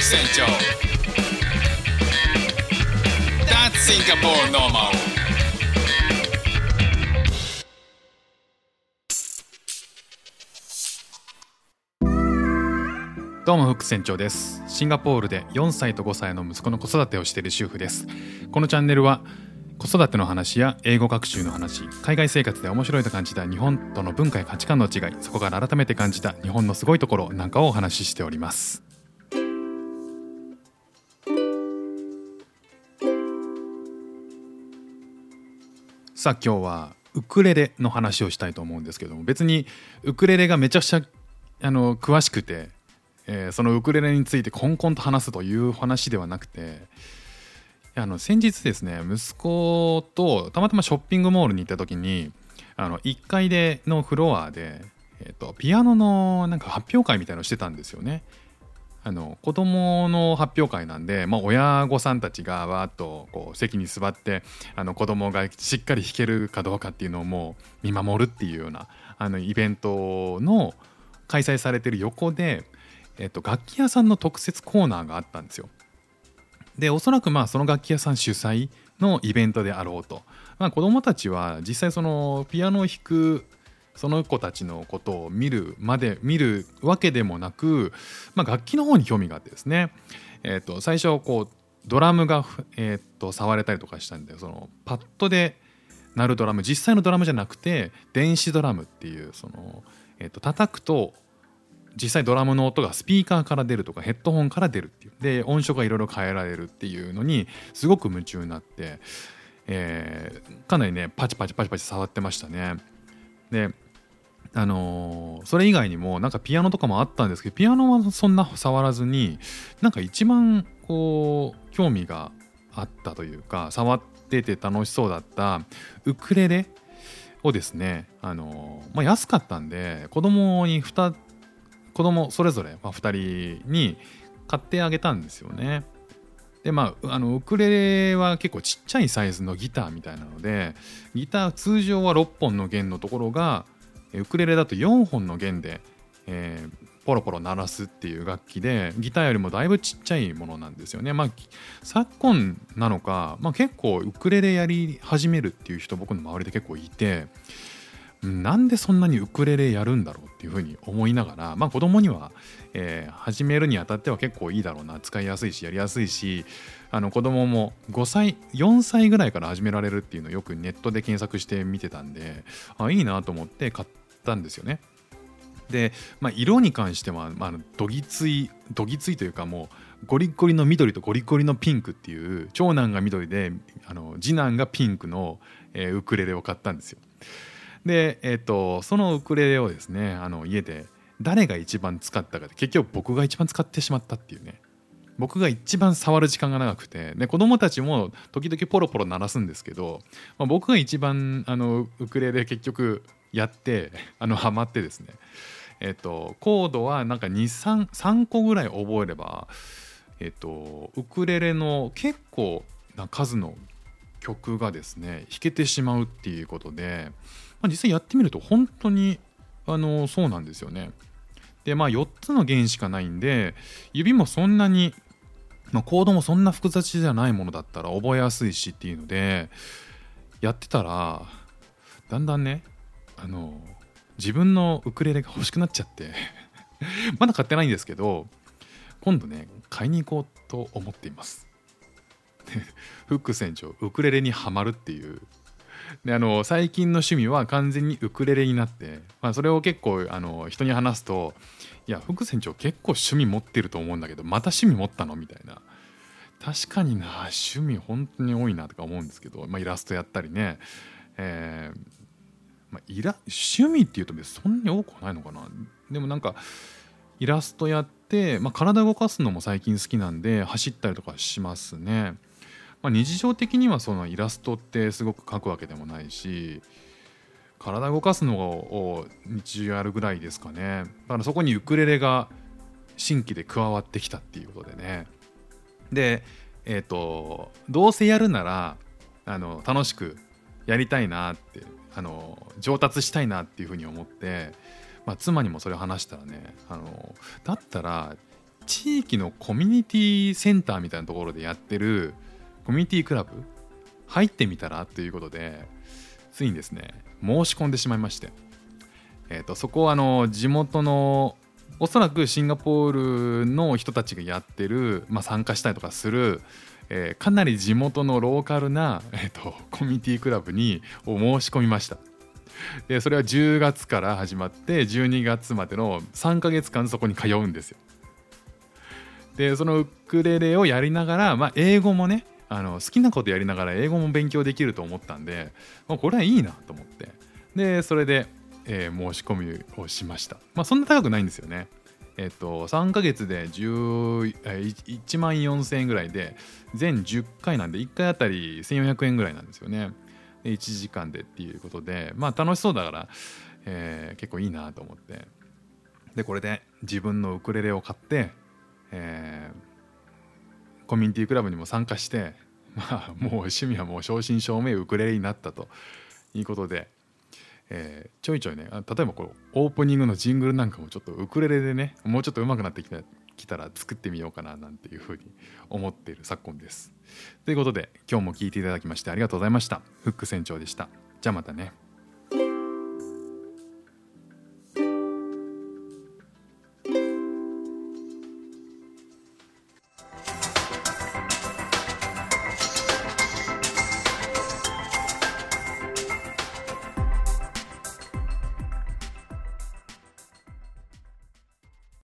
船長 That's Singapore normal。 どうもフック船長です。シンガポールで4歳と5歳の息子の子育てをしている主婦です。このチャンネルは子育ての話や英語学習の話、海外生活で面白いと感じた日本との文化や価値観の違い、そこから改めて感じた日本のすごいところなんかをお話ししております。さあ今日はウクレレの話をしたいと思うんですけども、別にウクレレがめちゃくちゃ詳しくて、そのウクレレについてコンコンと話すという話ではなくて、先日ですね、息子とたまたまショッピングモールに行った時に1階のフロアで、ピアノのなんか発表会みたいなのをしてたんですよね。子供の発表会なんで、親御さんたちがわーっとこう席に座って子供がしっかり弾けるかどうかっていうのをもう見守るっていうようなイベントの開催されてる横で、楽器屋さんの特設コーナーがあったんですよ。でおそらくその楽器屋さん主催のイベントであろうと、子供たちは実際そのピアノを弾くその子たちのことを見るわけでもなく、楽器の方に興味があってですね、最初こうドラムが、触れたりとかしたんで、そのパッドで鳴るドラム、実際のドラムじゃなくて電子ドラムっていうその、叩くと実際ドラムの音がスピーカーから出るとかヘッドホンから出るっていうで、音色がいろいろ変えられるっていうのにすごく夢中になって、かなりねパチパチ触ってましたね。でそれ以外にもなんかピアノとかもあったんですけど、ピアノはそんな触らずに、なんか一番こう興味があったというか触ってて楽しそうだったウクレレをですね、安かったんで子供それぞれ、2人に買ってあげたんですよね。でウクレレは結構ちっちゃいサイズのギターみたいなので、ギター通常は6本の弦のところがウクレレだと4本の弦で、ポロポロ鳴らすっていう楽器で、ギターよりもだいぶちっちゃいものなんですよね。昨今なのか、結構ウクレレやり始めるっていう人僕の周りで結構いて、なんでそんなにウクレレやるんだろうっていうふうに思いながら、子供には、始めるにあたっては結構いいだろうな、使いやすいしやりやすいし、子供も4歳ぐらいから始められるっていうのをよくネットで検索して見てたんで、いいなと思って買ったんですよね。で、色に関しては、どぎついというか、もうゴリゴリの緑とゴリゴリのピンクっていう、長男が緑で次男がピンクの、ウクレレを買ったんですよ。で、そのウクレレをですね、家で誰が一番使ったかで、結局僕が一番使ってしまったっていうね。僕が一番触る時間が長くて、で子供たちも時々ポロポロ鳴らすんですけど、僕が一番ウクレレ結局やってハマってですね、コードはなんか3個ぐらい覚えれば、ウクレレの結構な数の曲がですね弾けてしまうっていうことで、実際やってみると本当にそうなんですよね。で4つの弦しかないんで、指もそんなに、コードもそんな複雑じゃないものだったら覚えやすいしっていうのでやってたら、だんだんね自分のウクレレが欲しくなっちゃってまだ買ってないんですけど、今度ね買いに行こうと思っていますフック船長ウクレレにハマるっていう。で最近の趣味は完全にウクレレになって、それを結構人に話すと、いやフック船長結構趣味持ってると思うんだけど、また趣味持ったのみたいな。確かにな、趣味本当に多いなとか思うんですけど、イラストやったりね、趣味っていうとそんなに多くはないのかな。でもなんかイラストやって、体動かすのも最近好きなんで走ったりとかしますね。日常的にはそのイラストってすごく描くわけでもないし、体動かすのを日常やるぐらいですかね。だからそこにウクレレが新規で加わってきたっていうことでね。でどうせやるなら楽しくやりたいなって、上達したいなっていうふうに思って、妻にもそれを話したらね、だったら地域のコミュニティセンターみたいなところでやってるコミュニティクラブ入ってみたらということで、ついにですね申し込んでしまいまして、そこは地元のおそらくシンガポールの人たちがやってる、参加したりとかする、かなり地元のローカルな、コミュニティクラブに申し込みました。でそれは10月から始まって12月までの3ヶ月間そこに通うんですよ。でそのウクレレをやりながら、英語もね好きなことやりながら英語も勉強できると思ったんで、これはいいなと思って、でそれで、申し込みをしました。そんな高くないんですよね。3ヶ月で1万4000円ぐらいで全10回なんで1回あたり1400円ぐらいなんですよね。で1時間でっていうことで、楽しそうだから、結構いいなと思って、でこれで自分のウクレレを買って、コミュニティクラブにも参加して、もう趣味はもう正真正銘ウクレレになったということで、ちょいちょいね、例えばこうオープニングのジングルなんかもちょっとウクレレでねもうちょっと上手くなってきたら作ってみようかななんていうふうに思っている昨今です。ということで今日も聞いていただきましてありがとうございました。フック船長でした。じゃあまたね。